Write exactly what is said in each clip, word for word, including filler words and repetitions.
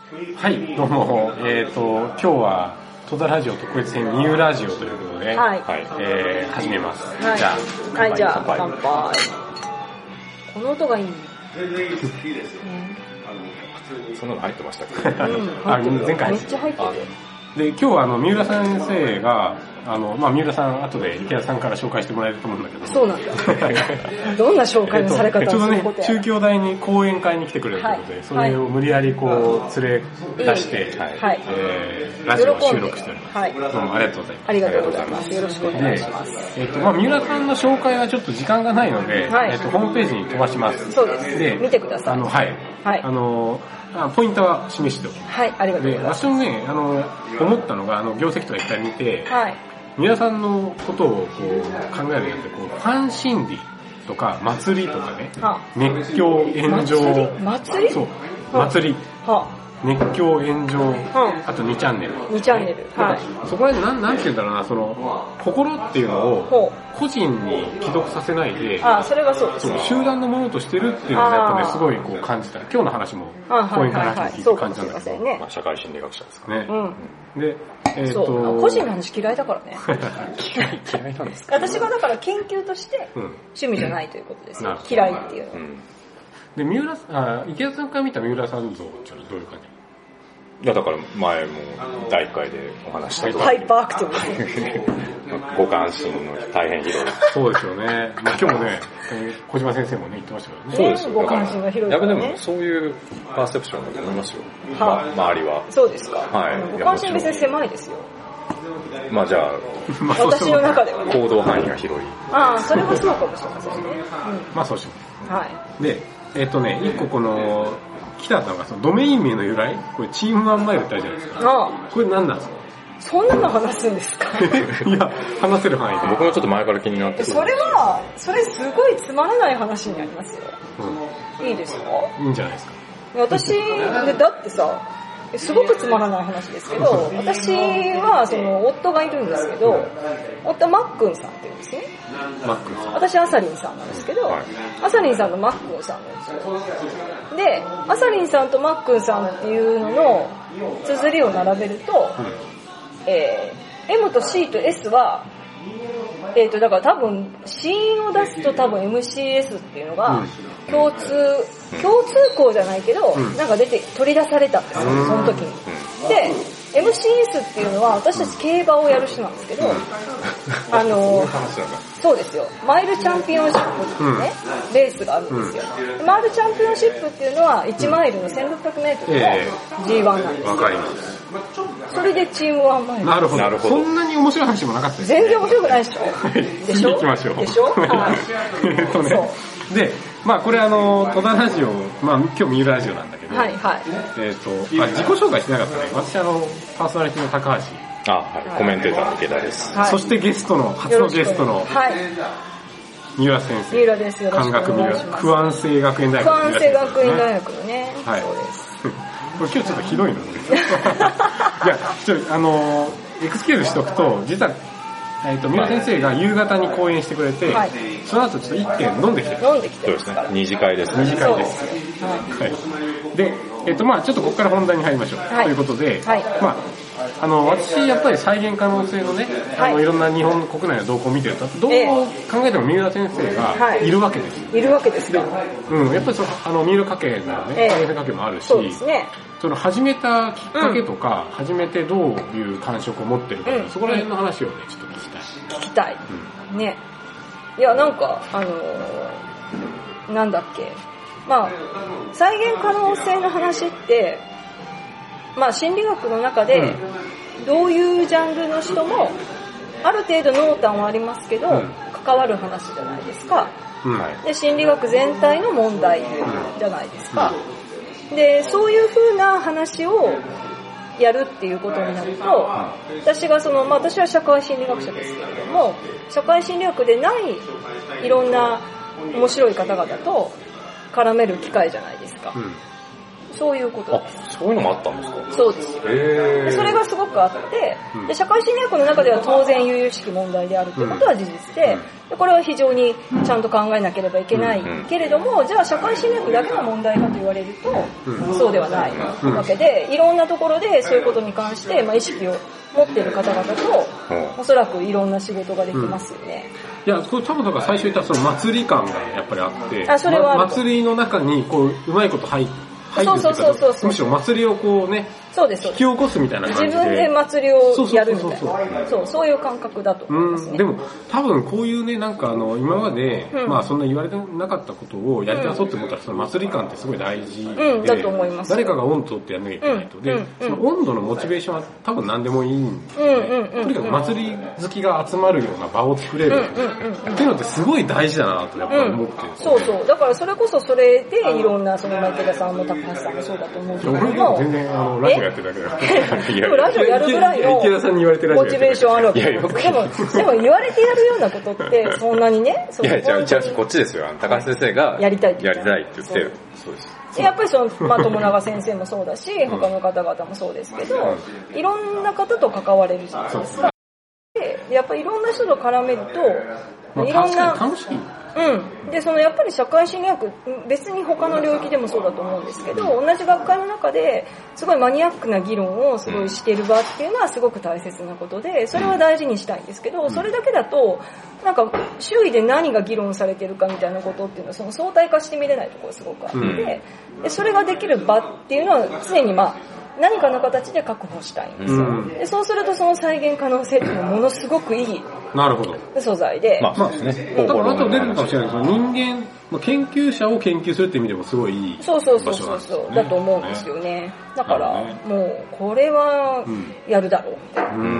はい、どうも、えっ、ー、と、今日は、戸田ラジオ特別編ニューラジオということで、はい、えー、始めます。 はい、 じゃあ、はい、じゃあ、乾杯。この音がいい。 そんなの入ってましたっけ？ うん、あ、 前回めっちゃ入ってる。 で、今日はあの、三浦先生が、あの、まあ、三浦さん、後で池田さんから紹介してもらえると思うんだけど。 そうなんだ。どんな紹介のされ方をすることや、 えっと、ね、中京大に講演会に来てくれるということで、はい、それを無理やりこう、連れ出して、はいはいえー、ラジオを収録しております。はい、どうもありがとうございます。 ありがとうございます。よろしくお願いします。 えっと、まあ、三浦さんの紹介はちょっと時間がないので、はい、えっと、ホームページに飛ばします。 そうです。で、見てください。 あの、はい。はい。あの、ポイントは示しておきます。 はい、ありがとうございます。 で、私もね、あの、思ったのが、あの、業績とかいっぱい見て、はい。皆さんのことをこう考えるようになって、こう、ファン心理とか、祭りとかね、はあ、熱狂、炎上。 祭り祭りそう、祭り。はあ熱狂、炎上、うん、あとにチャンネル。 にチャンネル。はい。 そこら辺なん、なんて言うんだろうな、その、心っていうのを、個人に既読させないで、 ああ、それはそうですね。 集団のものとしてるっていうのをやっぱね、すごいこう感じた。今日の話も、講演会の話を聞いて感じたんだけど、 ね、まあ、社会心理学者ですかね。 うん。 で、えっ、ー、と個人の話嫌いだからね。 嫌い、嫌いなんですか？ 私がだから研究として、趣味じゃないということですよ。うん、嫌いっていうのは。うん、 で、三浦あ、池田さんから見た三浦さん像ってどういう感じ？ いやだから前もだいいっかいでお話したとハイパーアクティブですご関心の大変広い。 そうですよね。まあ、今日もね、小島先生もね言ってましたけどね。 そうですよ。 ご関心が広いからね。 やっぱでもそういうパーセプションだと思いますよ。はあ、周りは。 そうですか。 はい。 ご関心別に狭いですよ。 まあじゃあ、 私の中では、ね、 行動範囲が広い。 ああ、それはそうかもしれませんね。 うん、まあそうします。 はい。 で、えっとね、一個この来たのがそのドメイン名の由来、これチームワンマイルってあるじゃないですか。ああ。これ何なんですか？ そんなの話すんですか？ いや、話せる範囲で。 僕もちょっと前から気になって。 それは、それすごいつまらない話になりますよ。うん、いいですか？ いいんじゃないですか。 私、でだってさ、すごくつまらない話ですけど、私はその夫がいるんですけど、夫はマックンさんって言うんですね。 マックンさん。 私アサリンさんなんですけど、はい、アサリンさんとマックンさんなんですよ。で、アサリンさんとマックンさんっていうのの綴りを並べると、うんえー、M と C と S は、えーと、だから多分、子音を出すと多分 エムシーエス っていうのが、共通、共通項じゃないけど、うん、なんか出て、取り出されたんですよ、その時に。で、エムシーエス っていうのは、私たち競馬をやる人なんですけど、あの、そうですよ、マイルチャンピオンシップっていうね、うん、レースがあるんですよ。マイルチャンピオンシップっていうのは、いちマイルのせんろっぴゃくメートルの ジーワン なんですよ。 わかります。 それでチームワンマイル。 なるほど。なるほど。そんなに面白い話もなかったですね。 全然面白くないでしょ。 はい。 でしょ行きましょう。 でしょはい。 えっとね。で、まあこれあの、戸田ラジオ、まあ今日三浦ラジオなんだけど、 はいはい。 えっと、あ、自己紹介しなかったね。私あの、パーソナリティの高橋。 あ、はい。コメンテーターの池田です。 はい。そしてゲストの、初のゲストの、 はい。 三浦先生。 三浦です。よろしくお願いします。 漢学三浦、九安生学園大学の、ね。九安生学園大学のね。 はい。 そうです。 これ今日ちょっとひどいのね。いや、ちょっとあの、エクスキューズしとくと、実は、えっと、三浦先生が夕方に講演してくれて、はい、その後ちょっと一軒飲んできてる。飲んできてる。 そうですね。二次会ですね。 二次会です。はい。で、えっと、まあちょっとここから本題に入りましょう。はい、ということで、はい、まああの、私、やっぱり再現可能性のね、あの、はい、いろんな日本国内の動向を見てると、どう考えても三浦先生がいるわけですよ。 いるわけですか。 うん、やっぱりその、あの、三浦家系のね、再現家系もあるし、 そうですね。 その始めたきっかけとか、うん、始めてどういう感触を持ってるか、うん、そこら辺の話をね、ちょっと聞きたい。 聞きたい。うん、ね。いや、なんか、あのー、なんだっけ。まあ、再現可能性の話って、まあ、心理学の中で、どういうジャンルの人も、ある程度濃淡はありますけど、うん、関わる話じゃないですか。うん、で、心理学全体の問題じゃないですか。うん、で、そういう風な話をやるっていうことになると、私がその、まあ私は社会心理学者ですけれども、社会心理学でないいろんな面白い方々と絡める機会じゃないですか。うん、 そういうことです。 あ、そういうのもあったんですか？ そうです。でそれがすごくあって、で社会心理学の中では当然悠々しき問題であるということは事実で、でこれは非常にちゃんと考えなければいけないけれども、じゃあ社会心理学だけの問題かと言われると、そうではないわけで、いろんなところでそういうことに関して、まあ、意識を持っている方々と、おそらくいろんな仕事ができますよね。 いや、これ多分だから最初言ったその祭り感がやっぱりあって、 あ、それはあると。 祭りの中にこう、うまいこと入って、入るっていうか、むしろ祭りをこうね、 そうです、 引き起こすみたいな感じで。 自分で祭りをやるみたいな。そう、そういう感覚だと思いますね。 でも、多分こういうね、なんかあの、今まで、うん、まあそんな言われてなかったことをやりたそうって思ったら、その祭り感ってすごい大事で、 うん、だと思います。 誰かが温度ってやんなきゃいけないと。で、うん、その温度のモチベーションは多分何でもいいんですよね。とにかく祭り好きが集まるような場を作れる。っていうのってすごい大事だなとやっぱり思ってる、ね、 そうそう。だからそれこそそれでいろんな、その池田さんも高橋さんもそうだと思うけども。 俺は全然あの、ラジオやってるだけだから。 でもラジオやるぐらいのモチベーションあるわけです。でも、でも言われてやるようなことってそんなにね、 いや、じゃあ、じゃあこっちですよ。高橋先生がやりたいって言って。やりたいって言って。そうです。 やっぱりその、まあ、友永先生もそうだし、他の方々もそうですけど、いろんな方と関われるじゃないですか。で、やっぱりいろんな人と絡めると、いろんな、 楽しい。 うん。で、そのやっぱり社会心理学、別に他の領域でもそうだと思うんですけど、同じ学会の中ですごいマニアックな議論をすごいしている場っていうのはすごく大切なことで、それは大事にしたいんですけど、それだけだと、なんか周囲で何が議論されてるかみたいなことっていうのはその相対化して見れないところがすごくあって、でそれができる場っていうのは常にまあ、何かの形で確保したいんですよ、うん、でそうするとその再現可能性っていうのはものすごくいい素材で、 まあそうですね。だからあと出るかもしれないけど、人間、まあ、研究者を研究するって意味でもすごいいい場所なんですよね。 そうそうそうそうだと思うんですよね。だからもうこれはやるだろうみたいな。うん。うん、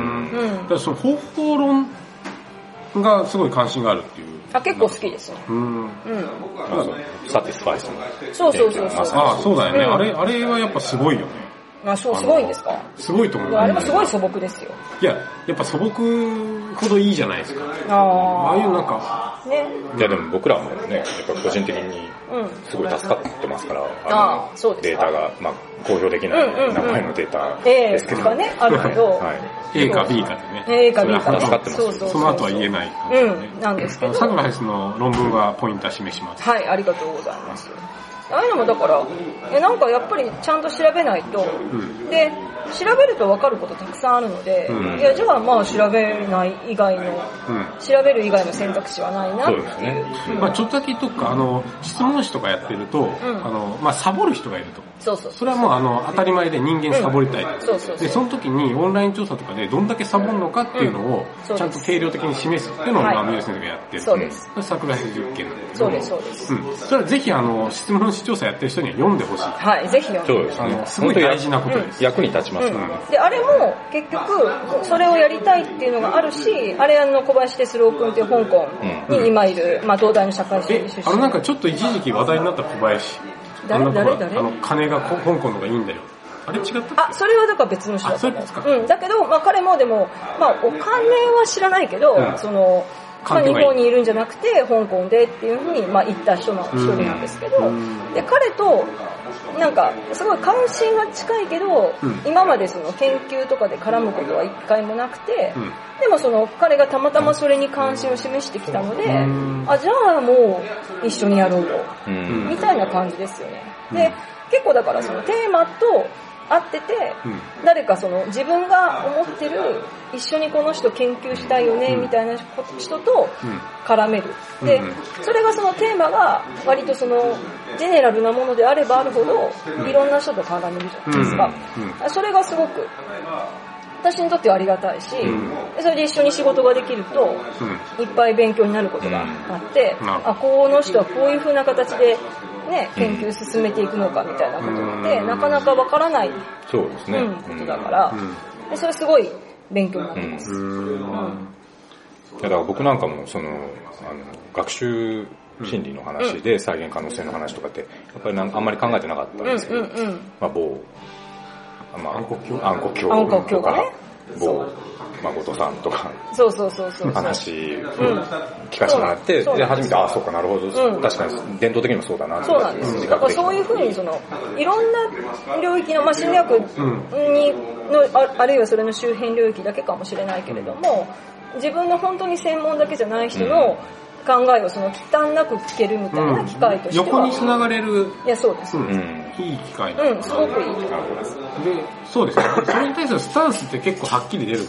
だからその方法論がすごい関心があるっていう。 あ、結構好きですね。うん。うん。 サティスファイスの。 そうそうそうそう。 あ、そうだよね。うん、あれあれはやっぱすごいよね。 あ、そう、すごいんですか？ すごいと思う。 あれもすごい素朴ですよ。 いや、やっぱ素朴ほどいいじゃないですか。ああ。ああいうなんか。 ね。いやでも僕らもね、やっぱ個人的にすごい助かってますから、うん、 ああ、そうですデータが、まあ公表できない名前のデータですけど。 A がね、あるけど。 はい。A か B かでね。 A か B かで。 助かってます。 そうそうそう。 その後は言えない、 ね。うん、なんですけど。 サクラヘスの論文はポインター示します。 はい、ありがとうございます。ああいうのもだから、え、なんかやっぱりちゃんと調べないと、うん、で、調べると分かることたくさんあるので、うん、いや、じゃあまあ調べない以外の、うん、調べる以外の選択肢はないなっていう。そうですね。 うん、まあちょっとだけ言っとくか、あの、質問紙とかやってると、うん、あの、まあサボる人がいると。 そうそう。 それはもうあの、当たり前で人間サボりたい。うん、 そうそうそう。 で、その時にオンライン調査とかでどんだけサボるのかっていうのを、ちゃんと定量的に示すっていうのを、まあ、三好先生がやってる。 そうです。 桜井実験なんだけど。 そうです、そうです。 うん。それはぜひあの、質問紙調査やってる人には読んでほしい。 はい、ぜひ読んでほしい。 そうですね。 すごい大事なことです。 役に立ちますからね。 で、あれも結局、それをやりたいっていうのがあるし、あれあの、小林哲郎君っていう香港に今いる、まあ東大の社会心理出身。 あのなんかちょっと一時期話題になった小林。 誰誰誰あの、金が香港のがいいんだよ。あれ違ったっけ？ あ、それはだから別の人だった。 あ、そういうことか。 うん。だけど、まあ彼もでも、まあお金は知らないけど、うん、その、まあ、日本にいるんじゃなくて、香港でっていうふうに、まあ、言った人の一人なんですけど、で、彼と、なんか、すごい関心が近いけど、うん、今までその研究とかで絡むことは一回もなくて、うん、でもその彼がたまたまそれに関心を示してきたので、うん、あ、じゃあもう一緒にやろうよ、うん、みたいな感じですよね。で、結構だからそのテーマと合ってて、うん、誰かその自分が思ってる一緒にこの人研究したいよね、うん、みたいな人と絡める、うん、で、それがそのテーマが割とそのジェネラルなものであればあるほど、うん、いろんな人と絡めるじゃないですか、うんうん、それがすごく私にとってはありがたいし、うん、それで一緒に仕事ができると、うん、いっぱい勉強になることがあって、うん、あ、この人はこういう風な形でね、研究進めていくのかみたいなことってなかなかわからないそうですね、 うん、ことだから、うん、でそれすごい勉強になってます。うんうん、 だから僕なんかもそのあの学習心理の話で再現可能性の話とかってやっぱりなんあんまり考えてなかったんですけど、うんうんうん、まあ某まあ暗黒教暗黒教とか、ね、 某誠さんとかそうそうそうそう話聞かせてもらって、で初めてああそうかなるほど、うん、確かに伝統的にもそうだなって。 そうなんです。だからそういう風にそのいろんな領域のまあ心理学にの あ, あるいはそれの周辺領域だけかもしれないけれども、自分の本当に専門だけじゃない人の考えをその忌憚なく聞けるみたいな機会としては、 うん、横に繋がれる。 いやそうです。 うん、いい機会なんです。うん、すごくいいと思います。 で、そうですね。それに対するスタンスって結構はっきり出るから、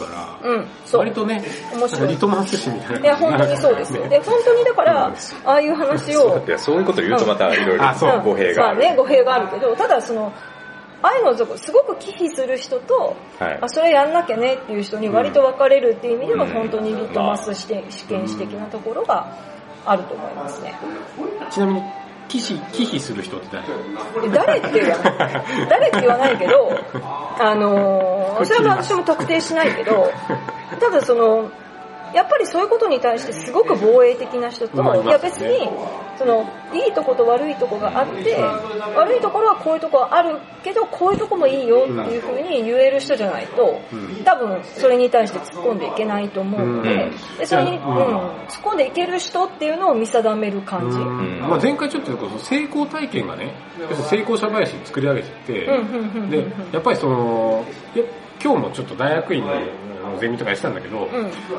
うん、そう割とね、面白い。リトマス紙みたいな。 いや本当にそうですよ。で本当にだから、うん、ああいう話をいやそういうこと言うとまたいろいろ語弊がある。 まあね語弊があるけど、ただそのああいうのをすごく忌避する人と、はい、あそれやんなきゃねっていう人に割と分かれるっていう意味では、うん、本当にリトマス試験試験的なところがあると思いますね。 ちなみに忌避忌避する人って誰？誰って言わない誰って言わないけど、あのー、それは私も特定しないけど、ただそのやっぱりそういうことに対してすごく防衛的な人と、いや別にそのいいとこと悪いとこがあって、悪いところはこういうとこはあるけどこういうとこもいいよっていう風に言える人じゃないと、多分それに対して突っ込んでいけないと思うので、でそれに、うん、突っ込んでいける人っていうのを見定める感じ。うん、 まあ、前回ちょっと言うと成功体験がね、成功者林作り上げてて、でやっぱりその今日もちょっと大学院のゼミとかやってたんだけど、うん、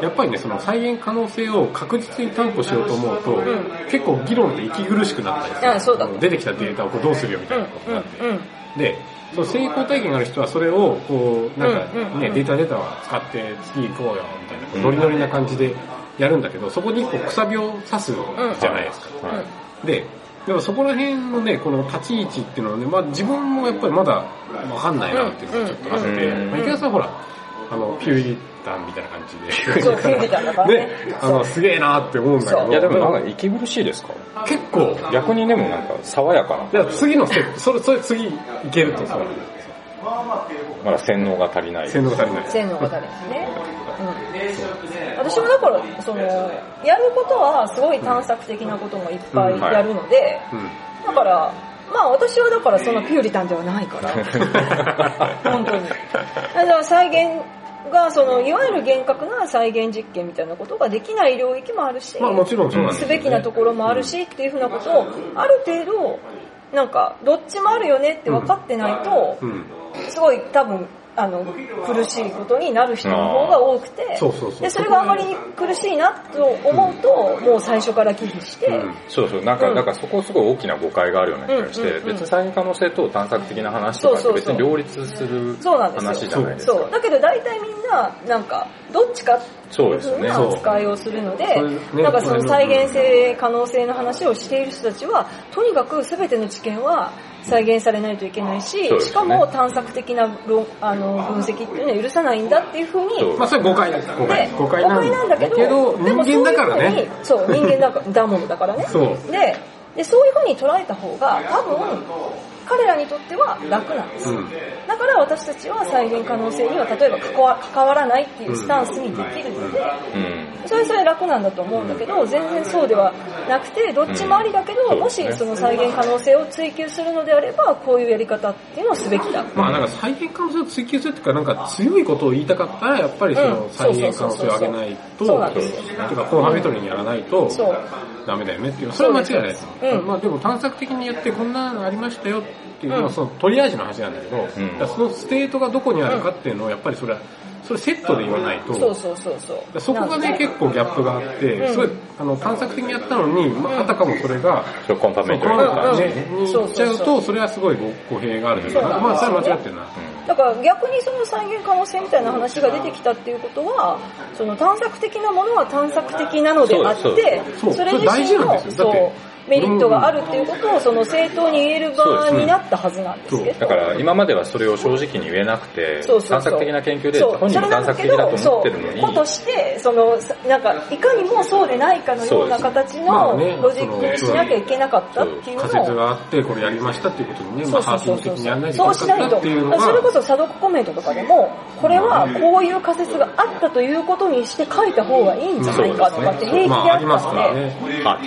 やっぱりねその再現可能性を確実に担保しようと思うと、うん、結構議論って息苦しくなったりする。 ああそうだ出てきたデータをこうどうするよみたいなことがあって、うんうんうん、でその成功体験がある人はそれをこうなんかね、うんうん、データデータを使って次行こうよみたいなこうノリノリな感じでやるんだけど、そこにこうくさびを刺すじゃないですか、うんはい、ででもそこら辺のねこの立ち位置っていうのはね、まあ、自分もやっぱりまだわかんないなっていうのがちょっとあって、うんうん、まあ、池田さんほらあのピューリタンみたいな感じでそうピューリタンだからねあのすげえなって思うんだけど、 いやでもなんか息苦しいですか？ 結構逆にでもなんか爽やかな。 いや次のステップそれそれ次いけるとそうなんですよ。 まだ洗脳が足りない。 洗脳が足りない。 洗脳が足りないね。うん、私もだからそのやることはすごい探索的なこともいっぱいやるので、うんうんはいうん、だからまあ私はだからそんなピューリタンではないから本当に。だから再現がそのいわゆる厳格な再現実験みたいなことができない領域もあるし、 まあもちろんそうなんですね、 すべきなところもあるしっていうふうなことをある程度なんかどっちもあるよねって分かってないと、うんうん、すごい多分あの苦しいことになる人の方が多くて、 そうそうそう、 でそれがあまり苦しいなと思うと、うん、もう最初から忌避して、うん、 そうそうなんか、うん、だからそこすごい大きな誤解があるような気がして、うんうんうん、別に再現可能性と探索的な話とかって別に両立する話じゃないですか。 そうだけど大体みんななんかどっちかっていう風な扱いをするので、ね、なんかその再現性可能性の話をしている人たちはとにかく全ての知見は再現されないといけないし、ね、しかも探索的なあの分析っていうのは許さないんだっていう風に、 まあそれ誤解です。誤解。 誤解なんだけど、 けど人間だからね。 そう人間だだものだからね。そうででそういう風に捉えた方が多分彼らにとっては楽なんです、うん、だから私たちは再現可能性には例えば関わ、関わらないっていうスタンスにできるので、うん、それそれ楽なんだと思うんだけど、全然そうではなくてどっちもありだけど、うん、もしその再現可能性を追求するのであればこういうやり方っていうのをすべきだ。 まあなんか再現可能性を追求するっていうかなんか強いことを言いたかったらやっぱりその再現可能性を上げないと、そうなんですよ。ていうかコンハメトリーにやらないとダメだよねっていう、それは間違いないです。うん、まあでも探索的にやってこんなのありましたよっていうのはそのトリアージの話なんだけど、うん、そのステートがどこにあるかっていうのをやっぱりそれはそれセットで言わないと、 そうそうそうそうそこがね結構ギャップがあって、うん、すごいあの探索的にやったのに、まあ、あたかもそれがコンファメントに行っちゃうとそれはすごい語弊があるけど、まあそれは間違ってるな、 うん、だから逆にその再現可能性みたいな話が出てきたっていうことはその探索的なものは探索的なのであって、それ自身のそうメリットがあるっていうことをその正当に言える場になったはずなんですけど、 だから今まではそれを正直に言えなくて、そうそうそう探索的な研究で本人も探索的だと思ってるのに、 ことしてそのなんかいかにもそうでないかのような形のロジックにしなきゃいけなかったっていうのを、 仮説があってこれやりましたっていうことにね、まあハーキング的にやらないといけなかったっていうのが、 それこそ査読コメントとかでもこれはこういう仮説があったということにして書いた方がいいんじゃないかとかって平気であったので、 ハーキング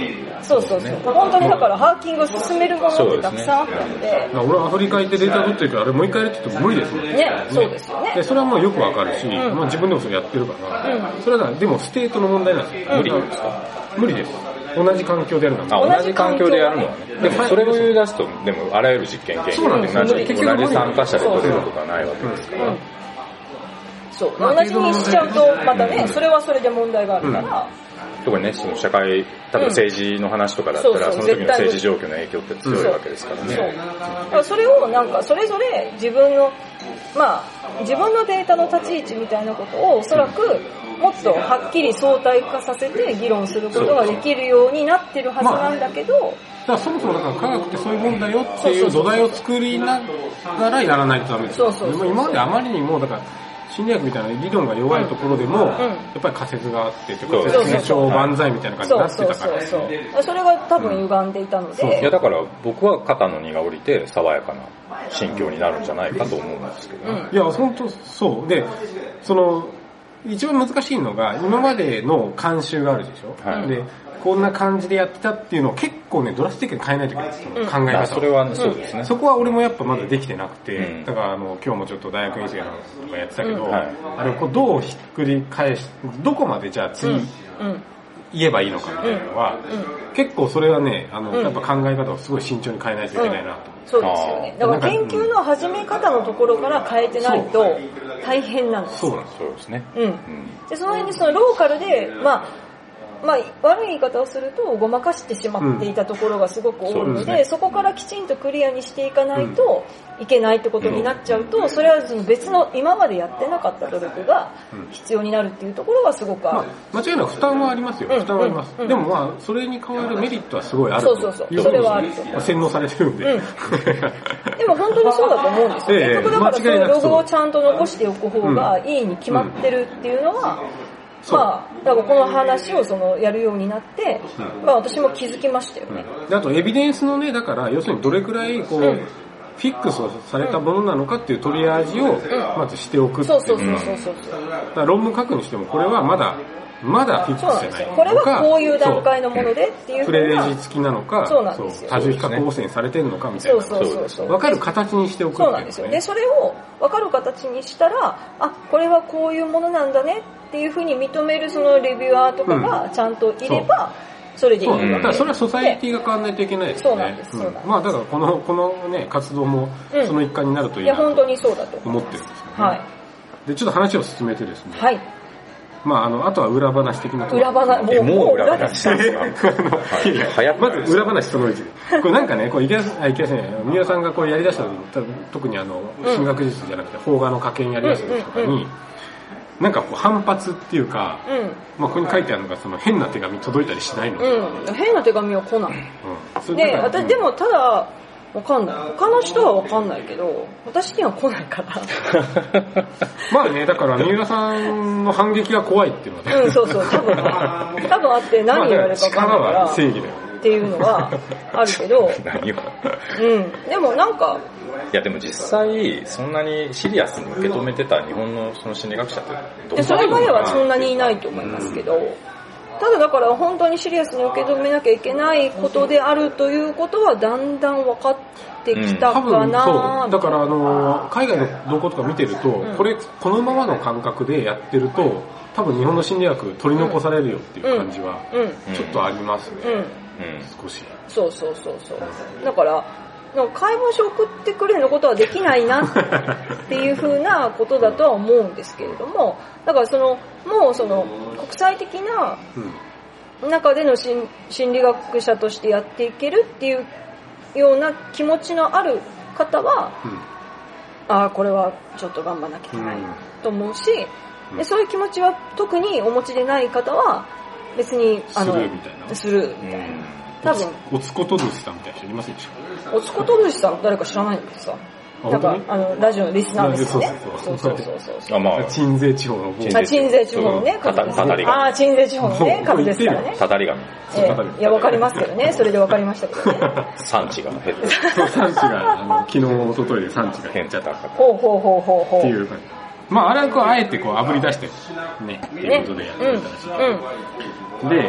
そうそうそう。本当にだからハッキングを進めるものってたくさんあったので。でね、 俺はアフリカ行ってデータ取ってるけど、あれもう一回やるって言っても無理ですもんね。 ね、そうですよね。 で、それはもうよくわかるし、うん、まあ自分でもそれやってるから、うん、それはでもステートの問題なんですよ。無理ですか？無理です。同じ環境でやるのは。同じ環境でやるのはね。でもそれを言い出すと、でもあらゆる実験原因で同じ、同じ参加者で取れることはないわけですから。 そう、同じにしちゃうと、またね、それはそれで問題があるから。 特にね、その社会、例えば政治の話とかだったら、その時の政治状況の影響って強いわけですからね。そう。 だからそれをなんか、それぞれ自分の、まあ、自分のデータの立ち位置みたいなことをおそらくもっとはっきり相対化させて議論することができるようになってるはずなんだけど、まあ、 だからそもそもだから科学ってそういうもんだよっていう土台を作りながらやらないとダメですよ。そうそうそうそう。今まであまりにもだから心理学みたいな理論が弱いところでも、うん、やっぱり仮説があってとか説明万歳みたいな感じになってたから、そうそうそうそう。それが多分歪んでいたので、うん、 いやだから僕は肩の荷が下りて爽やかな心境になるんじゃないかと思うんですけど、ね、 うん、いや本当そうで、その一番難しいのが今までの慣習があるでしょ、はい、でこんな感じでやってたっていうのを結構ねドラスティックに変えないといけないです、うん、考え方を。 それは、ね、そうですね。 そこは俺もやっぱまだできてなくて、うん、だからあの今日もちょっと大学院生のとかやってたけど、うんはい、あれをこうどうひっくり返し、どこまでじゃあ次、うんうん言えばいいのかみたいなのは、うんうん、結構それはね、あの、うん、やっぱ考え方をすごい慎重に変えないといけないなと、 うん、そうですよね。だから研究の始め方のところから変えてないと大変なんですよ。 そうなんですね。 うん。でその辺でそのローカルで、まあまあ、悪い言い方をするとごまかしてしまっていたところがすごく多いので、うん そ, でね、そこからきちんとクリアにしていかないといけないってことになっちゃうと、それはその別の今までやってなかった努力が必要になるっていうところはすごくある、 まあ、間違いなく負担はありますよ、負担はあります、うんうん、でもまあそれに代わるメリットはすごいあると。 そうそうそうそれはあると、 まあ、洗脳されてるんで、うん、 でも本当にそうだと思うんですよ、結局だからそのログをちゃんと残しておく方がいいに決まってるっていうのは、まあ、だからこの話をそのやるようになって、うん、まあ私も気づきましたよね。 うん、であとエビデンスのね、だから要するにどれくらいこう、うん、フィックスされたものなのかっていうトリアージをまずしておくっていう。 そうそうそうそうそう。 だから論文書くにしてもこれはまだまだフィックスじゃないのか。 これはこういう段階のものでっていうプレレジ付きなのか、 そうなんですよ。 多重比較汚染されてるのかみたいな。 そうそうそうそう。 分かる形にしておくっていう、ね。そうなんですよ。 で、それを分かる形にしたら、あ、これはこういうものなんだねっていうふうに認めるそのレビュアーとかがちゃんといれば、うん、それでいいわけで。 だからそれはソサイティが変わらないといけないですね。 そうなんです。そうなんです。 まあだからこのこのね活動もその一環になるといいなと思ってるんですよね。はい。でちょっと話を進めてですね。 はい。 まああのあとは裏話的なところ。裏話もうもう裏話したんですか。 はい。まず裏話そのいち。これなんかねこう池田さん池田さん三浦さんがこうやり出した特にあの進学術じゃなくて邦画の科研やり出した時とかに。なんかこう反発っていうか、うん、まあここに書いてあるのがその変な手紙届いたりしないの、 うん、変な手紙は来ない、うん、で私でもただわかんない他の人はわかんないけど私には来ないからまあねだから三浦さんの反撃が怖いっていうのは、 うんそうそう多分多分あって何言われるか分かんないから正義だよっていうのはあるけど何をうんでもなんかいやでも実際そんなにシリアスに受け止めてた日本のその心理学者ってどうでそれまではそんなにいないと思いますけど、うん、ただだから本当にシリアスに受け止めなきゃいけないことであるということはだんだん分かってきたかな、うん、多分そうだからあの海外の動向とか見てると、うん、これこのままの感覚でやってると多分日本の心理学取り残されるよっていう感じはちょっとありますね、うんうん、少しそうそうそうそうだから解剖書送ってくれのことはできないなっていう風なことだとは思うんですけれどもだからそのもうその国際的な中での心理学者としてやっていけるっていうような気持ちのある方は、うん、ああこれはちょっと頑張らなきゃいけないと思うし、うん、でそういう気持ちは特にお持ちでない方は別にあのスルーみたいなスルーみたいな、うん多分おつこと寿司さんみたいな人いませんでしょおつこと寿司さん誰か知らないんだけどさなんかあのラジオのリスナーですよねそうそうそうそうあまあ鎮西地方の鎮西地方のね方ですねああ鎮西地方のね方ですからねたたり神いやわかりますけどねそれでわかりましたけどね産地が減って産地があの昨日一昨日で産地が減っちゃったほうほうほうほうほうっていう感じまああれはこうあえてこう炙り出してねっていうことでやってたらしいで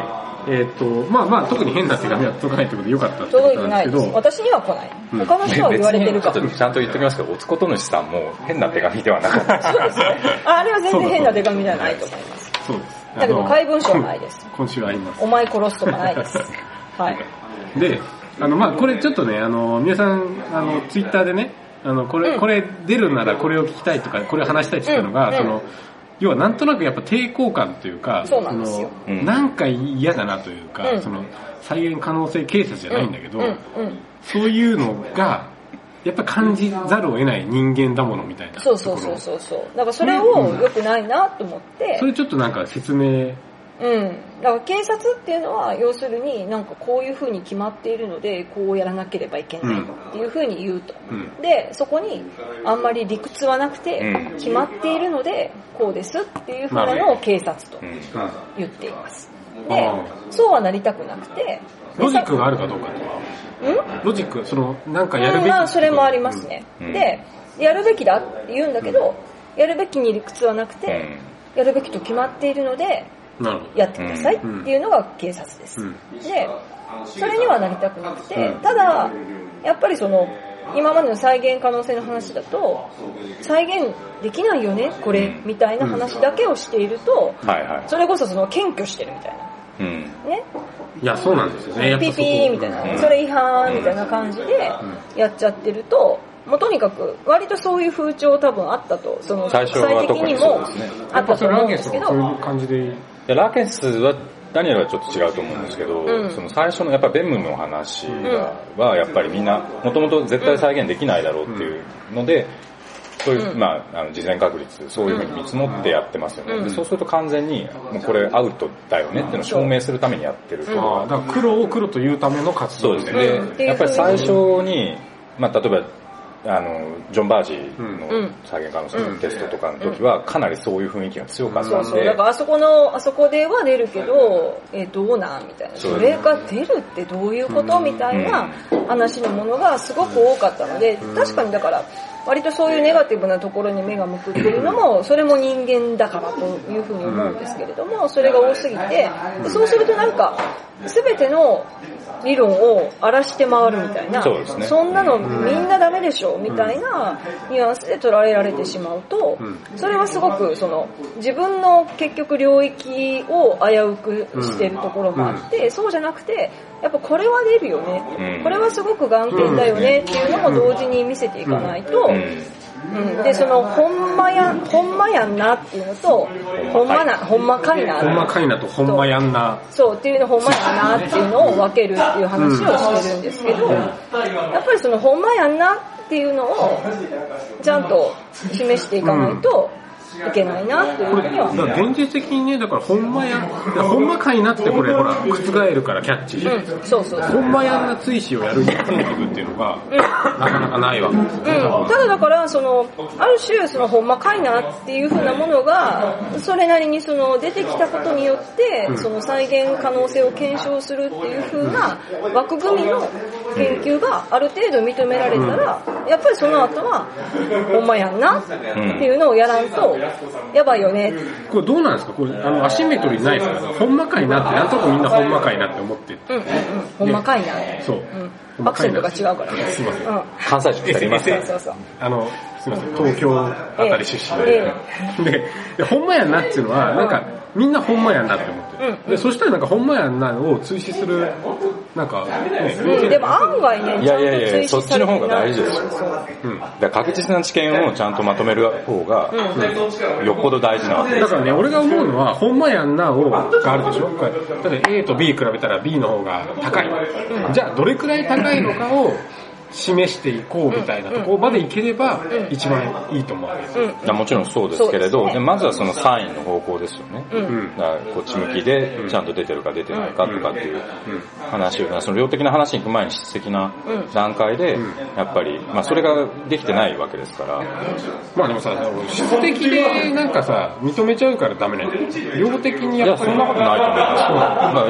えっ、ー、と、まあまあ、特に変な手紙は届かないってことでよかったってことなんですけど。 私には来ない。他の人は言われてるから。 ちょっとちゃんと言っておきますけど、おつこと主さんも変な手紙ではなかった。 そうですね。あれは全然変な手紙じゃないと思います。 そうです。 だけど、怪文書はないです。 今週あります。 お前殺すとかないです。はい。 で、あの、まあこれちょっとね、あの、皆さん、あの、ツイッターでね、あの、これ、うん、これ出るならこれを聞きたいとか、これを話したいって言ったのが、うん、その、要はなんとなくやっぱ抵抗感というか、 そうなんですよ。 そのなんか嫌だなというか、うん、その再現可能性警察じゃないんだけど、うんうんうん、そういうのがやっぱ感じざるを得ない人間だものみたいな。 そうそうそうそうそう。だからそれを良くないなと思って、 うん、それちょっとなんか説明。 うん。だから警察っていうのは要するになんかこういう風に決まっているのでこうやらなければいけないっていう風に言うと、うん、でそこにあんまり理屈はなくて決まっているのでこうですっていう風なのを警察と言っています。でそうはなりたくなくてロジックがあるかどうかとか、ロジックそのなんかやるべき、 うん、まあそれもありますね、うん、でやるべきだって言うんだけど、うん、やるべきに理屈はなくて、うん、やるべきと決まっているのでやってくださいっていうのが警察です、うん、でそれにはなりたくなくて、うん、ただやっぱりその今までの再現可能性の話だと再現できないよねこれみたいな話だけをしていると、うんはいはい、それこそその検挙してるみたいな、うん、ね、 いやそうなんですよね、 ピーピーみたいな、うん、それ違反みたいな感じでやっちゃってると、もうとにかく割とそういう風潮多分あったと、その国際的にもあったと思うんですけど、 そういう感じでいやラーケンスはダニエルはちょっと違うと思うんですけど、うん、その最初のやっぱベムの話が、うん、はやっぱりみんなもともと絶対再現できないだろうっていうので、うん、そういう、まあ、あの事前確率そういうふうに見積もってやってますよね、うん、でそうすると完全にもうこれアウトだよねっていうのを証明するためにやってると、うん、 あだから黒を黒というための活動ですね、うん、でやっぱり最初に、まあ、例えばあのジョン・バージーの再現可能性のテストとかの時はかなりそういう雰囲気が強かったんで、 そうそう、だからあそこのあそこでは出るけど、えどうなんみたいな、それが出るってどういうことみたいな話のものがすごく多かったので、確かにだから割とそういうネガティブなところに目が向くっていうのもそれも人間だからというふうに思うんですけれども、それが多すぎて、そうするとなんか全ての理論を荒らして回るみたいな、 そ, うです、ね、そんなのみんなダメでしょみたいなニュアンスで捉えられてしまうと、それはすごくその自分の結局領域を危うくしているところもあって、そうじゃなくてやっぱこれは出るよね、これはすごく眼点だよねっていうのも同時に見せていかないと、うん、でそのほんまやほんまやんなっていうのとほんまなほんまかいなほんまかいなとほんまやんなそうっていうのほんまやなっていうのを分けるっていう話をしてるんですけど、やっぱりそのほんまやんなっていうのをちゃんと示していかないといけないなっていうふうには。 だから現実的にね、だからほんまやほんまかいなってこれほら覆るからキャッチ、 うん、そうそうそう、 ほんまやんな追試をやるインセンティブっていうのが、うん、なかなかないわけですよね、 うん、ただだからそのある種そのほんまかいなっていうふうなものがそれなりにその出てきたことによって、うん、その再現可能性を検証するっていうふうな枠組みの研究がある程度認められたら、やっぱりその後はほんまやんなっていうのをやらんとやばいよね。 これどうなんですか、これあのアシンメトリーないですか、ほんまかいなってなんとなくみんなほんまかいなって思ってる、 うんうんうん、ほんまかいな、 そう、 うん、アクセントが違うからね、 すいません、うん、 関西人ってありますかそうそうあのすいません、東京あたり出身で、ええ、で, でほんまやんなっていうのはなんかみんなほんまやんなって思ってる、うん、でそしたらなんかほんまやんなを追試するなんか、ね、 うん、でも案外ね、 いやいやいや、そっちの方が大事ですよ、うん、だから確実な知見をちゃんとまとめる方が、うん、よっぽど大事なわけだからね、俺が思うのはほんまやんなをがあるでしょ、例えば A と B 比べたら B の方が高い、うん、じゃあどれくらい高いのかを示していこうみたいなところまでいければ一番いいと思うわけですよ、 うん、もちろんそうですけれど、ね、まずはそのサインの方向ですよね、うん、だからこっち向きでちゃんと出てるか出てないかとかっていう話を、その量的な話に行く前に質的な段階でやっぱり、まあ、それができてないわけですから、 まあでもさ、質的でなんかさ認めちゃうからダメなんだよ、量的にやっぱり、 いやそんなことないと思います、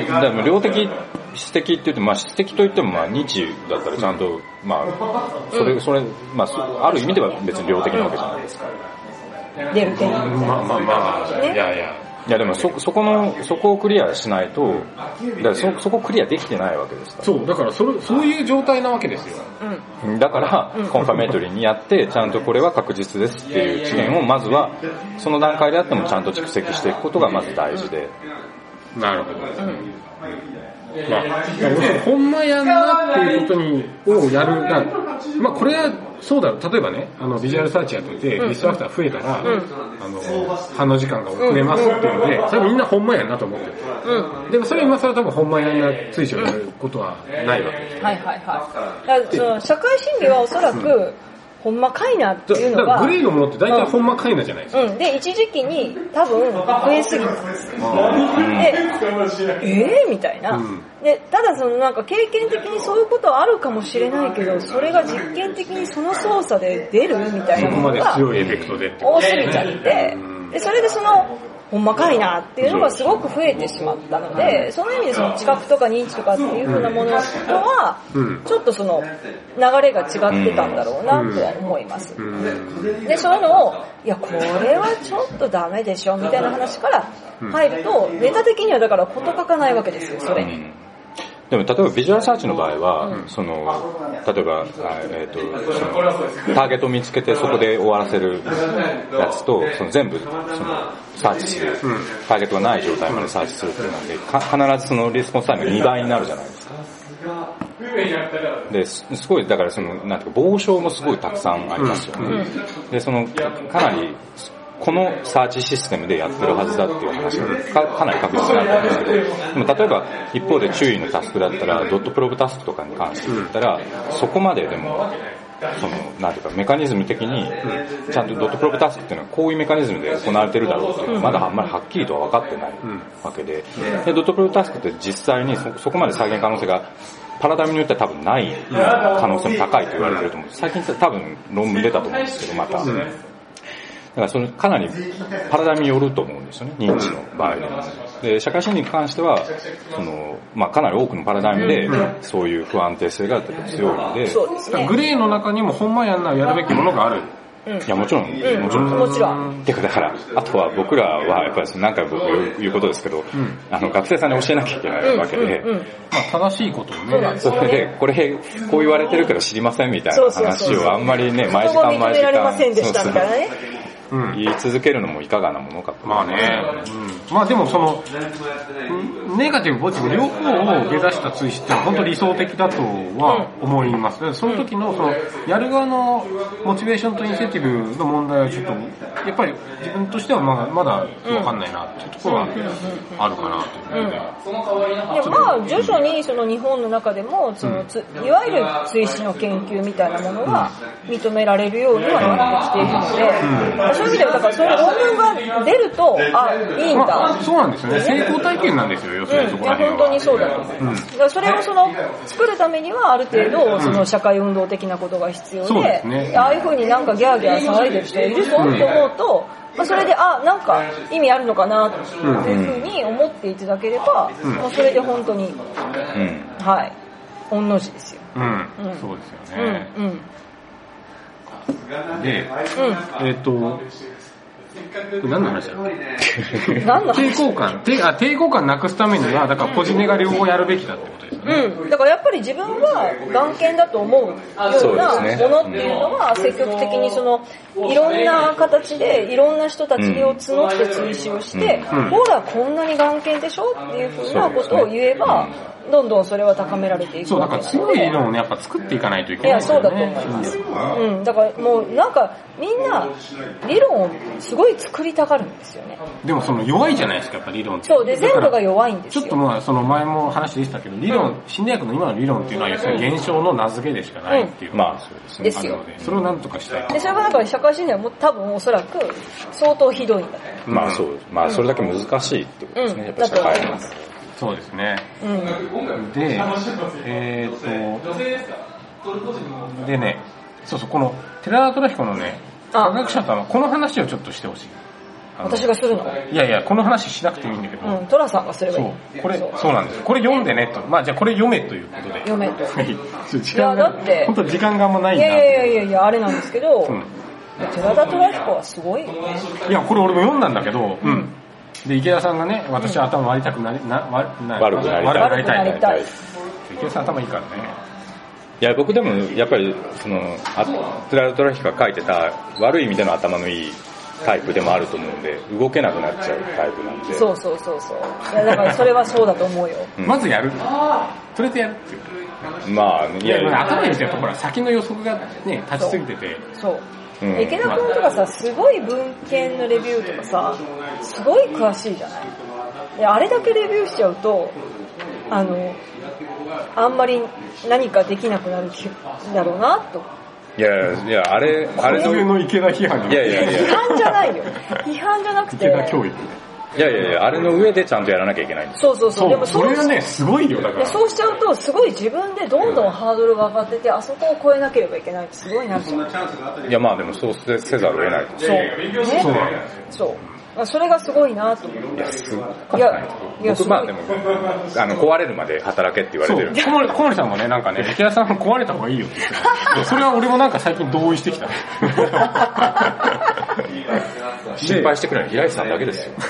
まあ、でも量的質的って言って、まあ質的といってもまあ日だったらちゃんと、まあそれそれまあある意味では別に量的なわけじゃないですか。 出る点。 まあまあまあ、ね、いやいやいやでも そ, そこのそこをクリアしないと、だから そ, そこをクリアできてないわけですから。 そうだからそれそういう状態なわけですよ。 うん、だから、うん、コンファメトリーにやってちゃんとこれは確実ですっていう知見をまずはその段階であってもちゃんと蓄積していくことがまず大事で。 なるほど。うんまあ、ほんまやんなっていうことにをやるな、まあこれはそうだろう。例えばね、あのビジュアルサーチやってて、うん、リストアクター増えたら、うん、あの反応時間が遅れますっていうので、それみんなほんまやんなと思ってる。うん、でもそれ今更多分ほんまやんな追従やることはないわけです。 はいはいはい。だからその社会心理はおそらく、うんほんまかいなっていうのがグレーのものって大体ほんまかいなじゃないですか、 うん、で一時期に多分増えすぎたんですよでえーみたいな、うん、でただそのなんか経験的にそういうことはあるかもしれないけどそれが実験的にその操作で出るみたいなのがそこまで強いエフェクトで多すぎちゃってでそれでそのほんまかいなっていうのがすごく増えてしまったので、その意味でその知覚とか認知とかっていう風なものとは、ちょっとその流れが違ってたんだろうなとは思います。で、そういうのを、いや、これはちょっとダメでしょみたいな話から入ると、ネタ的にはだから事書かないわけですよ、それに。 でも例えばビジュアルサーチの場合は、うん、その例えば、えー、とそのターゲットを見つけてそこで終わらせるやつとその全部そのサーチする、うん、ターゲットがない状態までサーチするっていうので必ずそのリスポンスタイムがにばいになるじゃないですか。ですごいだからそのなんていうか傍証もすごいたくさんありますよね。うん、でそのかなりこのサーチシステムでやってるはずだっていう話が か, かなり確実になったんですけど、でも例えば一方で注意のタスクだったらドットプロブタスクとかに関して言ったら、そこまででもそのなんていうかメカニズム的にちゃんとドットプロブタスクっていうのはこういうメカニズムで行われてるだろうっていうのはまだあんまりはっきりとは分かってないわけで、でドットプロブタスクって実際に そ, そこまで再現可能性がパラダイムによっては多分ない可能性も高いと言われてると思うんです。最近多分論文出たと思うんですけどまた。だからそのかなりパラダイムによると思うんですよね、認知の場合で。で社会心理に関してはその、まあ、かなり多くのパラダイムでそういう不安定性が強いので、 そうですね、 グレーの中にもほんまやんなやるべきものがある。 うん、いやもちろん、 うん、 もちろん、 もちろん。 てかだからあとは僕らはやっぱり何回も僕言うことですけど、うん、あの学生さんに教えなきゃいけないわけで、 うんうんうん、まあ、正しいことをね、 それでこれこう言われてるけど知りませんみたいな話をあんまりね毎時間毎時間認められませんでしたみたいなね。 うん、 言い続けるのもいかがなものかと。 まあね、うん、まあでもそのネガティブポジティブ両方を目指した追試って本当に理想的だとは思います。その時のそのやる側のモチベーションとインセンティブの問題はちょっとやっぱり自分としてはまだまだわかんないなっていうところはあるかなというので、 いやまあ徐々にその日本の中でもそのついわゆる追試の研究みたいなものが認められるようにはなってきているので、うん、そういう意味ではだからそういう論文が出るとあいいんだ、まあ、そうなんですよね、成功体験なんですよ、要するにそこら辺は、 うん、いや本当にそうだと思います、うん、だからそれをその作るためにはある程度その社会運動的なことが必要で、うん、ですね、ああいう風になんかギャーギャー騒いでる人いるぞと思うと、まあ、それであなんか意味あるのかなっていう風に思っていただければ、うん、もうそれで本当に、うん、はい御の字ですよ、 うんうん、そうですよね、うんうんで、うん、えっ、ー、と何の話だろう抵抗感抵あ抵抗感なくすためにはだからポジネが両方やるべきだってことですよね、 うん、だからやっぱり自分は眼見だと思うようなものっていうのは積極的にそのいろんな形でいろんな人たちを募って追試をして、うん、ほらこんなに眼見でしょっていうふうなことを言えばどんどんそれは高められていくわけですよね。そうだから強い理論をねやっぱ作っていかないといけないですよね。 いやそうだと思います、うんうん、だからもうなんかみんな理論をすごい作りたがるんですよね。 でもその弱いじゃないですかやっぱ理論って。 そうで全部が弱いんですよ。 ちょっとまあその前も話でしたけど理論、うん、心理学の今の理論っていうのは要するに現象の名付けでしかないっていう、うん、 まあそうですね。 ですよ。 それをなんとかしたい。 でそれがだから社会心理はもう多分おそらく相当ひどいんだと思う。 まあそうまあそれだけ難しいってことですね、うん、やっぱり社会だと思います。 そうですね、うん、で、えーとでねそうそうこの寺田虎彦のね科学者とはこの話をちょっとしてほしい。 私がするの？ いやいやこの話しなくてもいいんだけど、 うん、虎さんがすればいい。 そうこれそう、そうなんです。これ読んでねと、まあじゃあこれ読めということで読めと時間がいやだって本当時間があんまないんだ。 いやいやいやいやあれなんですけど、うん、寺田虎彦はすごいよね。 いやこれ俺も読んだんだけど、うんで、池田さんがね、私は頭割りたくなり、な、悪くな悪くなりたい。 悪くなりたい。 池田さん頭いいからね。 いや、僕でも、やっぱり、その、トラルトラヒカが書いてた悪い意味での頭のいいタイプでもあると思うんで、動けなくなっちゃうタイプなんで。 そうそうそうそう。いや、だからそれはそうだと思うよ。 うん、まずやる。それでやるっていう。 まあ、いやいや、 頭いいですよ。やっぱほら、先の予測がね、立ちすぎてて。 そう。うん、池田くんとかさ、すごい文献のレビューとかさ、すごい詳しいじゃない。で、あれだけレビューしちゃうと、あの、あんまり何かできなくなるだろうな、と。 いやいや、あれ、あれのの池田批判いやいやいや。 批判じゃないよ。批判じゃなくて。 池田教育。 いやいやいや、あれの上でちゃんとやらなきゃいけないんですそうそうそう。 でもそれがね、すごいよ、だから。 そうしちゃうと、すごい自分でどんどんハードルが上がってて、あそこを超えなければいけないってすごいなって。 いや、まあでもそうせざるを得ない。 そう。ね、そう。そう。それがすごいなと思って。 いや、すごい。いや、いや僕まあでも、あの、壊れるまで働けって言われてる。 小森小森さんもね、なんかね、池田さん壊れた方がいいよって言ってそれは俺もなんか最近同意してきた。 心配してくれる平井さんだけですよ。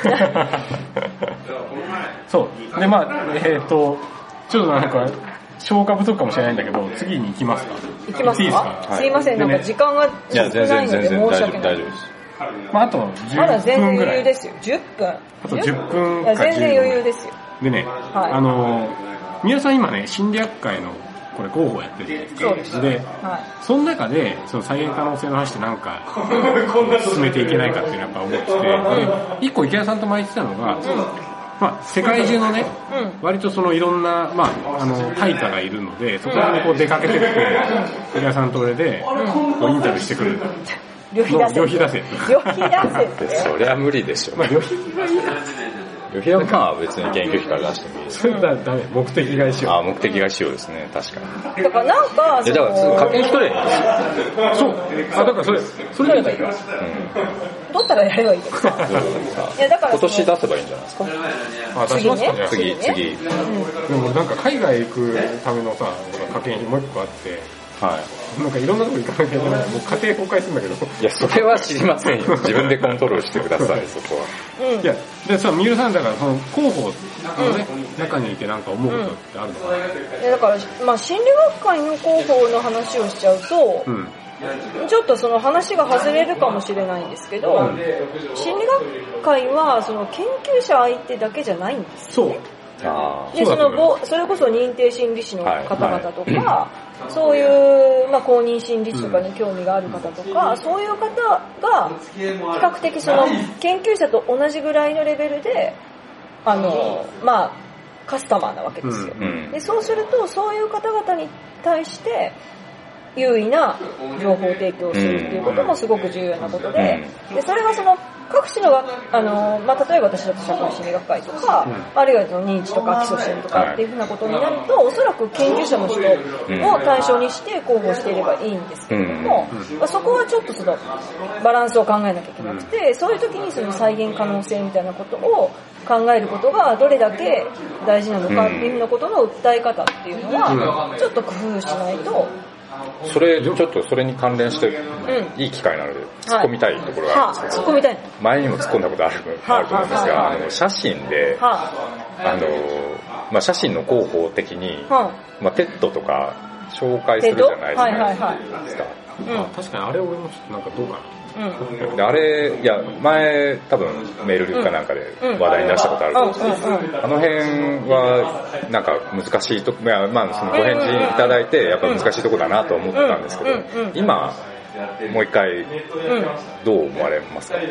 そう。で、まあ、えっと、ちょっとなんか、消化不足かもしれないんだけど、次に行きますか。 行きますか。いいですか。すいません、なんか時間が少ないので申し訳ない。 大丈夫です。 まあ、あとじゅっぷんぐらい。 まだ全然余裕ですよ。じゅっぷん。あとじゅっぷんいや、全然余裕ですよ。 でね、はい、あの、宮さん今ね、心理学会のこれ候補やってるじゃないですか。 そうです。 で、 はい、 その中で、その再現可能性の話ってなんか、進めていけないかっていうのはやっぱ思ってて、で、一個池田さんと前言ってたのが、まあ、世界中のね、うん、割とそのいろんな、まあ、あの、大家がいるので、そこにこう出かけてって、池田さんと俺で、こうインタビューしてくる。 旅費出せ。 旅費出せ。 旅費出せって。 そりゃ無理でしょ。 まあ、旅費がいいな。 旅費はまあ別に研究費から出してもいいです。 それだ、ダメ。目的外使用。 あ、目的外使用ですね。確かに。 だからなんか、 いや、だから課金一人でいいんですよ。 そう。あ、だからそれ、それでいいんだよ。 うん。取ったらやればいいですか。 いや、だから今年出せばいいんじゃないですか。 あ、出しますかね。 次、次。 でもなんか海外行くためのさ、課金費もう一個あって、 はい。 なんかいろんなとこ行かなきゃいけない。もう家庭崩壊するんだけど。 いや、それは知りませんよ。自分でコントロールしてください、そこは。 うん、いや、でさ、三浦さんだから、その広報のね、うん、中にいてなんか思うことってあるのかな、うん、 いやだから、まあ心理学会の広報の話をしちゃうと、うん、ちょっとその話が外れるかもしれないんですけど、うん、心理学会はその研究者相手だけじゃないんですよね。 そう。あで、その、それこそ認定心理師の方々とか、はいはい、そういう、まあ、公認心理師とかに興味がある方とか、うん、そういう方が、比較的その、研究者と同じぐらいのレベルで、あの、まあ、カスタマーなわけですよ。うんうん、で、そうすると、そういう方々に対して、優位な情報提供をするっていうこともすごく重要なことで、で、それがその、各種の、あの、まあ、例えば私だと社会心理学会とか、うん、あるいは認知とか基礎支援とかっていうふうなことになると、おそらく研究者の人を対象にして広報していればいいんですけれども、うんまあ、そこはちょっとその、バランスを考えなきゃいけなくて、そういう時にその再現可能性みたいなことを考えることがどれだけ大事なのかっていうふうなことの訴え方っていうのは、ちょっと工夫しないと、 それ、ちょっとそれに関連して、いい機会なので、突っ込みたいところがあるんですけど、 突っ込みたい。 前にも突っ込んだことある、あると思うんですが、あの、写真で、あの、まあ、写真の広報的に、まあ、テッドとか紹介するじゃないですか。はいはいはい。 うん、確かにあれ俺もちょっとなんかどうかな。 うん、であれ、いや、前、多分メールかなんかで話題に出したことあると思うんですけど、あの辺は、なんか難しいとこ、まあ、そのご返事いただいて、やっぱ難しいとこだなと思ったんですけど、今、もう一回、どう思われますか？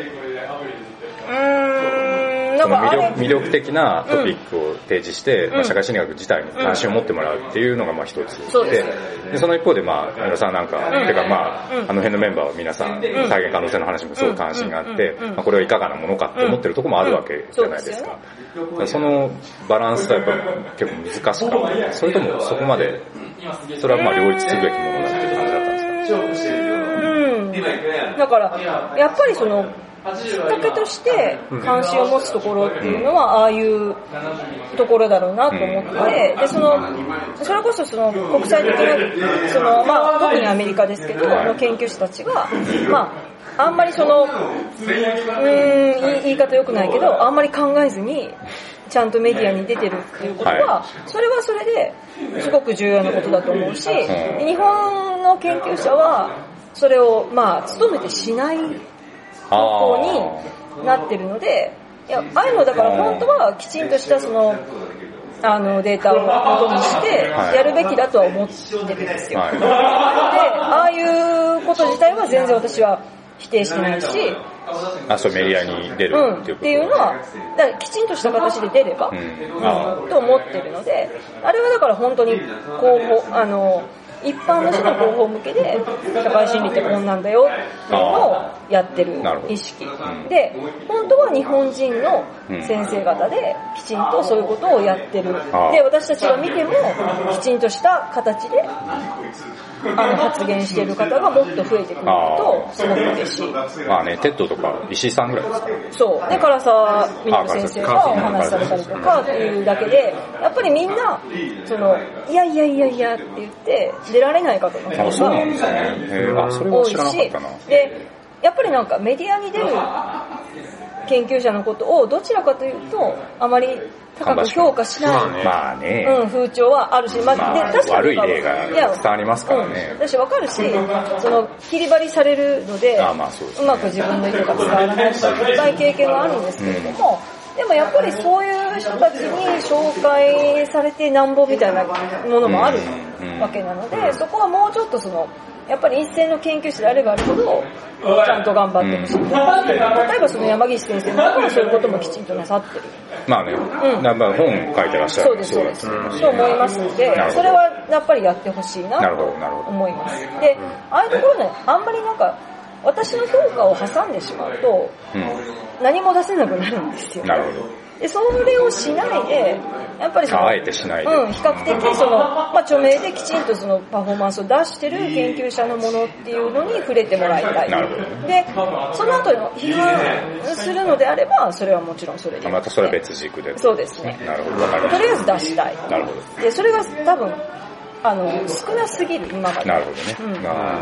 その魅力、魅力的なトピックを提示して、まあ、社会心理学自体に関心を持ってもらうっていうのがまあ一つで、でその一方でまあ三浦さんなんか、てかまああの辺のメンバーは皆さん再現可能性の話もすごい関心があって、まあ、これはいかがなものかって思ってるところもあるわけじゃないですか。そのバランスはやっぱ結構難しかった。それともそこまでそれはまあ両立するべきものだっていう感じだったんですか？ うん。だからやっぱりそのきっかけとして関心を持つところっていうのはああいうところだろうなと思って、でそのそれこそその国際的なそのまあ特にアメリカですけどの研究者たちがまああんまりそのうーん言い方良くないけどあんまり考えずにちゃんとメディアに出てるっていうことは、はい、それはそれですごく重要なことだと思うし、うん、日本の研究者はそれをまあ努めてしない方向になってるので、いやああいうのだから本当はきちんとしたそのあのデータを元にしてやるべきだとは思ってるんですよ。はい、なのでああいうこと自体は全然私は否定してないし、 あ、そうメディアに出るっていうこと、うん、っていうのはだからきちんとした形で出れば、うんうん、と思ってるので、あれはだから本当に広報あの一般の人の広報向けで社会心理ってこんなんだよっていうのをやってる意識で、本当は日本人の先生方できちんとそういうことをやってる。で、私たちが見てもきちんとした形であの発言している方がもっと増えてくるとすごく嬉しい。 まあね、テッドとか石井さんぐらいですか。 そう。で、唐沢みのる先生がお話しされたりとかっていうだけで、やっぱりみんなそのいやいやいやいやって言って出られない方の方が多いし、 あ、それは知らなかったな。 で、やっぱりなんかメディアに出る研究者のことをどちらかというとあまり高く評価しない、 まあね、 うん、風潮はあるし、まあまあ、で確かに悪い例が伝わりますからね。 私わかるし、その切り張りされるので、 あまあそうですね、 うまく自分の意図が伝わらないとか、いっぱい経験があるんですけれども、うん、でもやっぱりそういう人たちに紹介されてなんぼみたいなものもあるわけなので、うん、そこはもうちょっとそのやっぱり一線の研究者であればあるほどちゃんと頑張ってほしい、うん、例えばその山岸先生の中でそういうこともきちんとなさってる。 まあね、うん、なんか本書いてらっしゃる。 そうですそうです、うん、そう思いますので、それはやっぱりやってほしいなと思います。で、ああいうところであんまりなんか私の評価を挟んでしまうと、うん、何も出せなくなるんですよ。 なるほど。 で、それをしないで、やっぱりその、 あえてしないで、 うん、比較的その、まあ、著名できちんとそのパフォーマンスを出してる研究者のものっていうのに触れてもらいたい。 なるほど。 で、その後批判するのであれば、それはもちろんそれで、ね。 またそれは別軸で。 そうですね。 なるほど。わかりました。 とりあえず出したい。 なるほど。 で、それが多分、あの、少なすぎる、今まで。 なるほどね。うん、あ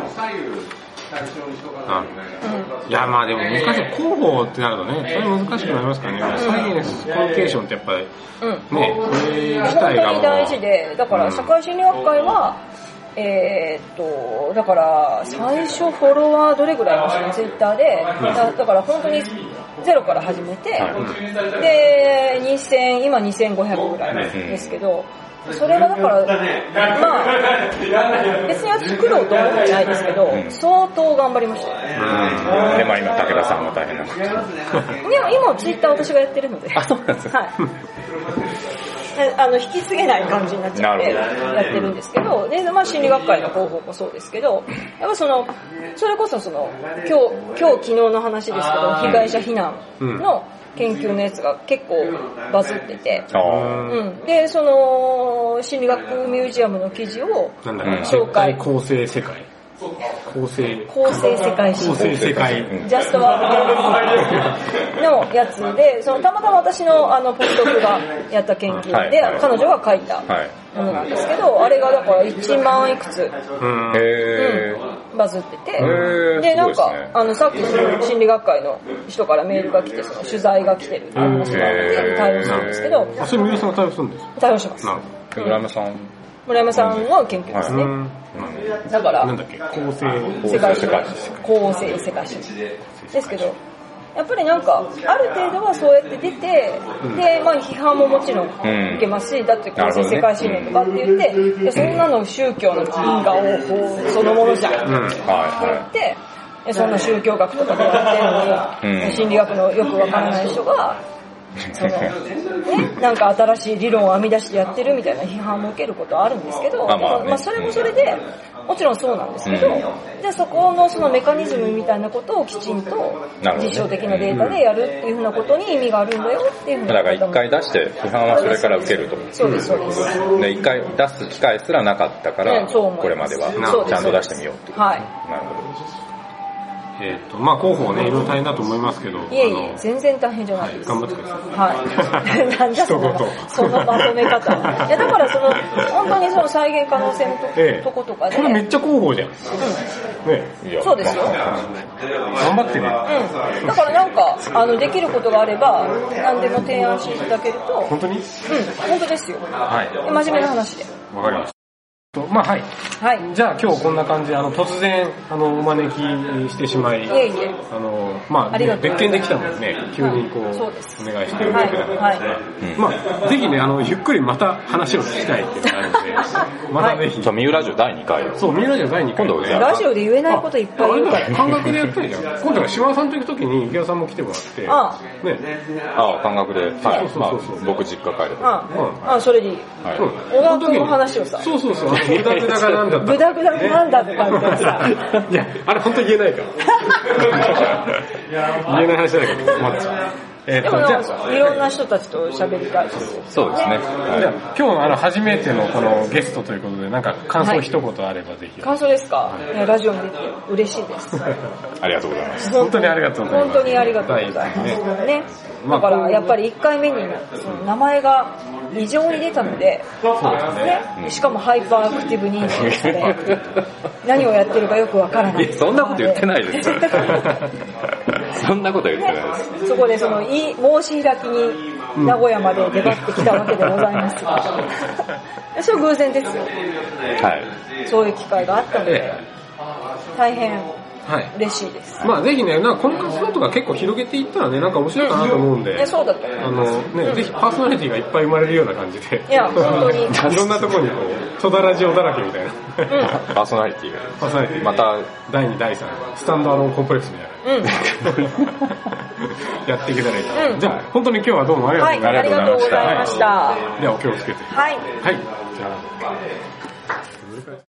うん、いやまあでも難しい、広報ってなるとね、それ難しくなりますからね、うん、サイエンスコミュニケーションってやっぱり、うん、ね、それ自体が本当に大事で、だから社会心理学会は、うん、えー、っとだから最初フォロワーどれぐらいの人のツイッターで、うん、だ, だから本当にゼロから始めて、うん、でにせん今にせんごひゃくぐらいですけど、うん、それがだから、まあ、別には作ろうと思ってないですけど、うん、相当頑張りましたよ。 うん、で、まあ今、武田さんも大変なこと。でも今はツイッター私がやってるので。 あ、そうなんですか。 はい。あの、引き継げない感じになっちゃって、やってるんですけど、で、まあ心理学会の広報もそうですけど、やっぱその、それこそその、今日、今日昨日の話ですけど、被害者避難の、研究のやつが結構バズってて、うん、でその心理学ミュージアムの記事を紹介、 構成世界構成構成世界史構成世界ジャストワークのやつで、そのたまたま私のあのポストクがやった研究で、はいはい、彼女が書いたものなんですけど、あれがだからいちまんいくつ、うんへうん、バズってて、でなんか、ね、あのさっき心理学会の人からメールが来て、その取材が来てるって話があって対応したんですけど、 あ、それ村山さんが対応するんですか？ 対応します。 村山さん村山さんの研究ですね。うんだからなんだっけ、構成世界史構成世界史ですけど、やっぱりなんかある程度はそうやって出て、うん、でまあ批判ももちろん受けますし、うん、だって構成世界史論とかって言って、ね、でそんなの宗教の因果応報そのものじゃん、うん、って言って、そんな宗教学とかでやってるのに、うん、心理学のよくわからない人がそのね、なんか新しい理論を編み出してやってるみたいな批判も受けることはあるんですけど、まあまあね、まあそれもそれでもちろんそうなんですけど、うん、でそこのそのメカニズムみたいなことをきちんと実証的なデータでやるっていうふうなことに意味があるんだよっていうふうな。 だから一回出して批判はそれから受けると。 そうですそうです。 で一回出す機会すらなかったから、ね、これまではちゃんと出してみようっていう。 はい。 なるほど。 えっと、まあ広報ね、いろいろ大変だと思いますけど。 いえいえ、全然大変じゃないです。 頑張ってください。 はい。なんじゃその、そのまとめ方。いや、だからその、本当にその再現可能性のと,、ええ、とことかで。 これめっちゃ広報じゃん。うん。 ね、そうですよ。 頑張ってね。 うん。だからなんか、あの、できることがあれば、何でも提案していただけると。 本当に？うん、 本当ですよ。はい。真面目な話で。 わかりました。まあはい。はい。じゃあ今日こんな感じで、あの、突然、あの、お招きしてしまい、いえいえ。あの、まあ、別件できたのでね、急にこう、お願いしてるわけだからですね。まあ、ぜひね、あの、ゆっくりまた話を聞きたいっていうのがあるので、またぜひ。 そう、ミューラジオだいにかい。 そう、ミューラジオだいにかい。今度ラジオで言えないこといっぱい言うから。 感覚でやったりじゃん。今度は島田さんと行くときに池田さんも来てもらって、ああ。ね。ああ、感覚で。はい。まあ、僕実家帰る。 ああ、それでいい。はい。小川君の話をさ。 そうそうそう。グダグダがなんだった。 グダグダなんだって感じでさ。 いや、あれ本当言えないから。言えない話だけど、まず。 えー、でもじゃあいろんな人たちと喋りたいです。 そうですね。 はい、じゃあ今日あの初めてのこのゲストということでなんか感想一言あればぜひ。 感想ですか？はい、いやラジオに出て嬉しいです。 ありがとうございます。 本当にありがとうございます。 本当にありがとうございます。ね。ねだからやっぱりいっかいめにその名前が異常に出たので、そうですね。ねしかもハイパーアクティブ認知され、何をやってるかよくわからない。 そんなこと言ってないです。そんなこと言ってないです。 ね、そこでその申し開きに名古屋まで出張ってきたわけでございますが、うん、それは偶然ですよ。はい。そういう機会があったので、大変嬉しいです。 はい、まあぜひね、なんかこの活動とか結構広げていったらね、なんか面白いかなと思うんで、 うん、そうだとあのね、うん、ぜひパーソナリティがいっぱい生まれるような感じで、 いや本当にいろんなところにこう、戸田ラジオだらけみたいな、 うん、パーソナリティが、 パーソナリティまただいにだいさんスタンドアローンコンプレックスみたいな。うん、やっていけたらいいかな、うん、じゃあ本当に今日はどうもありがとうございました、 はい、ありがとうございました、 はい、ではお気をつけてはい、 はい、じゃあ